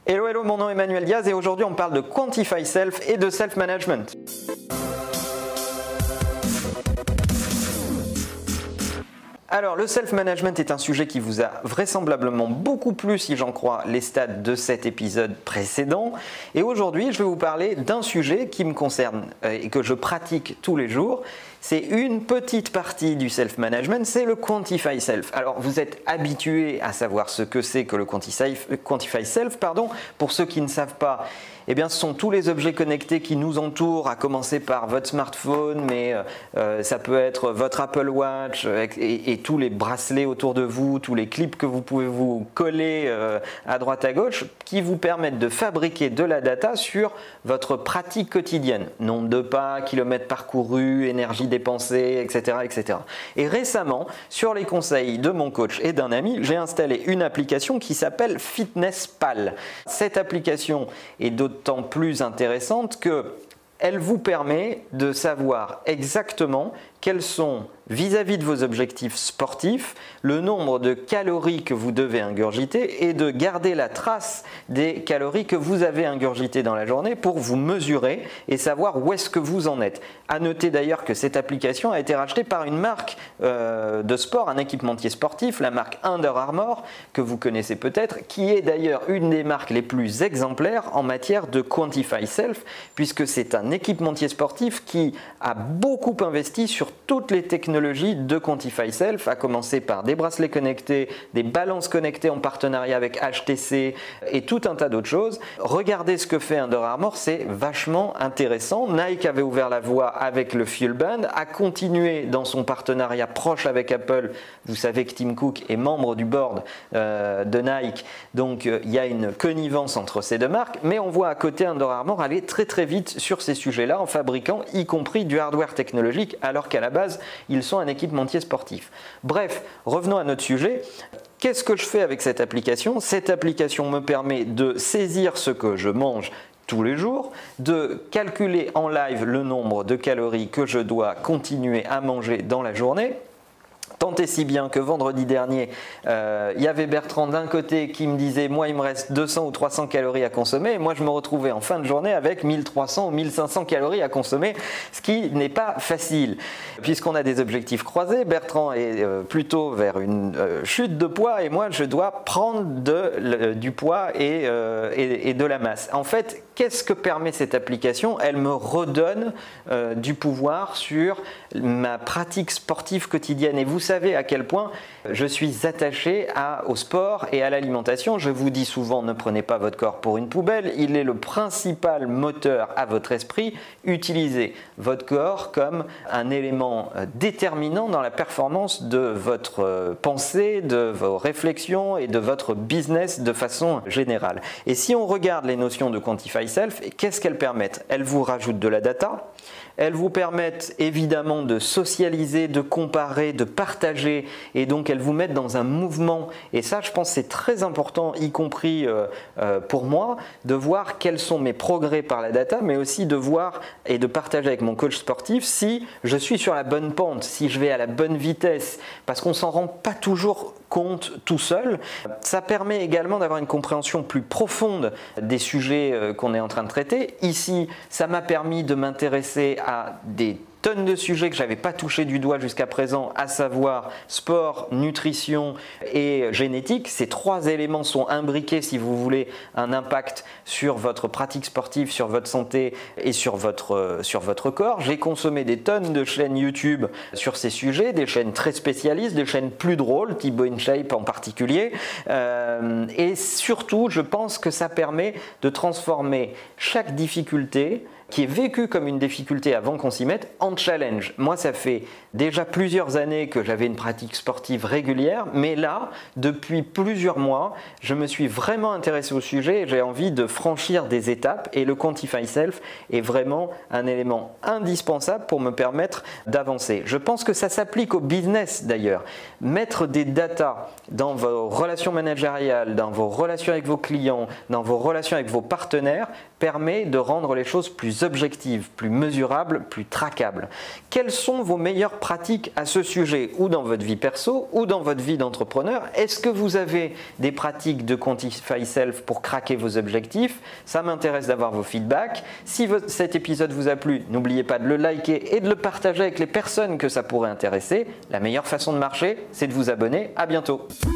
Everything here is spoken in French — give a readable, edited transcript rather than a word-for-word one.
Hello, hello, mon nom est Emmanuel Diaz et aujourd'hui on parle de Quantify Self et de Self-Management. Alors, le self-management est un sujet qui vous a vraisemblablement beaucoup plu, si j'en crois les stats de cet épisode précédent. Et aujourd'hui, je vais vous parler d'un sujet qui me concerne et que je pratique tous les jours. C'est une petite partie du self-management, c'est le Quantify Self. Alors, vous êtes habitué à savoir ce que c'est que le Quantify Self. Pour ceux qui ne savent pas, eh bien, ce sont tous les objets connectés qui nous entourent, à commencer par votre smartphone, mais ça peut être votre Apple Watch et tous les bracelets autour de vous, tous les clips que vous pouvez vous coller à droite à gauche, qui vous permettent de fabriquer de la data sur votre pratique quotidienne. Nombre de pas, kilomètres parcourus, énergie dépensée, etc., etc. Et récemment, sur les conseils de mon coach et d'un ami, j'ai installé une application qui s'appelle FitnessPal. Cette application est d'autant plus intéressante qu'elle vous permet de savoir exactement quels sont, vis-à-vis de vos objectifs sportifs, le nombre de calories que vous devez ingurgiter et de garder la trace des calories que vous avez ingurgitées dans la journée pour vous mesurer et savoir où est-ce que vous en êtes. À noter d'ailleurs que cette application a été rachetée par une marque de sport, un équipementier sportif, la marque Under Armour, que vous connaissez peut-être, qui est d'ailleurs une des marques les plus exemplaires en matière de Quantify Self, puisque c'est un équipementier sportif qui a beaucoup investi sur toutes les technologies de Quantify Self, à commencer par des bracelets connectés, des balances connectées en partenariat avec HTC et tout un tas d'autres choses. Regardez ce que fait Under Armour, c'est vachement intéressant. Nike avait ouvert la voie avec le Fuel Band, a continué dans son partenariat proche avec Apple. Vous savez que Tim Cook est membre du board de Nike, donc il y a une connivence entre ces deux marques, mais on voit à côté Under Armour aller très très vite sur ces sujets-là en fabriquant y compris du hardware technologique, alors qu'à la base, ils sont un équipementier sportif. Bref, revenons à notre sujet. Qu'est-ce que je fais avec cette application? Cette application me permet de saisir ce que je mange tous les jours, de calculer en live le nombre de calories que je dois continuer à manger dans la journée. Tant et si bien que vendredi dernier, il y avait Bertrand d'un côté qui me disait « moi il me reste 200 ou 300 calories à consommer » et moi je me retrouvais en fin de journée avec 1300 ou 1500 calories à consommer, ce qui n'est pas facile. Puisqu'on a des objectifs croisés, Bertrand est plutôt vers une chute de poids et moi je dois prendre du poids et de la masse. En fait, qu'est-ce que permet cette application? Elle me redonne du pouvoir sur ma pratique sportive quotidienne. Et vous savez à quel point je suis attaché au sport et à l'alimentation. Je vous dis souvent, ne prenez pas votre corps pour une poubelle. Il est le principal moteur à votre esprit. Utilisez votre corps comme un élément déterminant dans la performance de votre pensée, de vos réflexions et de votre business de façon générale. Et si on regarde les notions de Quantify Self, qu'est-ce qu'elles permettent? Elles vous rajoutent de la data. Elles vous permettent évidemment de socialiser, de comparer, de partager et donc elles vous mettent dans un mouvement. Et ça, je pense que c'est très important, y compris pour moi, de voir quels sont mes progrès par la data, mais aussi de voir et de partager avec mon coach sportif si je suis sur la bonne pente, si je vais à la bonne vitesse, parce qu'on ne s'en rend pas toujours compte tout seul. Ça permet également d'avoir une compréhension plus profonde des sujets qu'on est en train de traiter. Ici, ça m'a permis de m'intéresser à des tonnes de sujets que je n'avais pas touché du doigt jusqu'à présent, à savoir sport, nutrition et génétique. Ces trois éléments sont imbriqués, si vous voulez, un impact sur votre pratique sportive, sur votre santé et sur votre corps. J'ai consommé des tonnes de chaînes YouTube sur ces sujets, des chaînes très spécialistes, des chaînes plus drôles, Thibaut InShape en particulier. Et surtout, je pense que ça permet de transformer chaque difficulté qui est vécu comme une difficulté avant qu'on s'y mette, en challenge. Moi, ça fait déjà plusieurs années que j'avais une pratique sportive régulière, mais là, depuis plusieurs mois, je me suis vraiment intéressé au sujet et j'ai envie de franchir des étapes et le Quantify Self est vraiment un élément indispensable pour me permettre d'avancer. Je pense que ça s'applique au business d'ailleurs. Mettre des datas dans vos relations managériales, dans vos relations avec vos clients, dans vos relations avec vos partenaires, permet de rendre les choses plus plus objectives, plus mesurables, plus traquables. Quelles sont vos meilleures pratiques à ce sujet, ou dans votre vie perso, ou dans votre vie d'entrepreneur? Est-ce que vous avez des pratiques de Quantify Self pour craquer vos objectifs? Ça m'intéresse d'avoir vos feedbacks. Si cet épisode vous a plu, n'oubliez pas de le liker et de le partager avec les personnes que ça pourrait intéresser. La meilleure façon de marcher, c'est de vous abonner. À bientôt.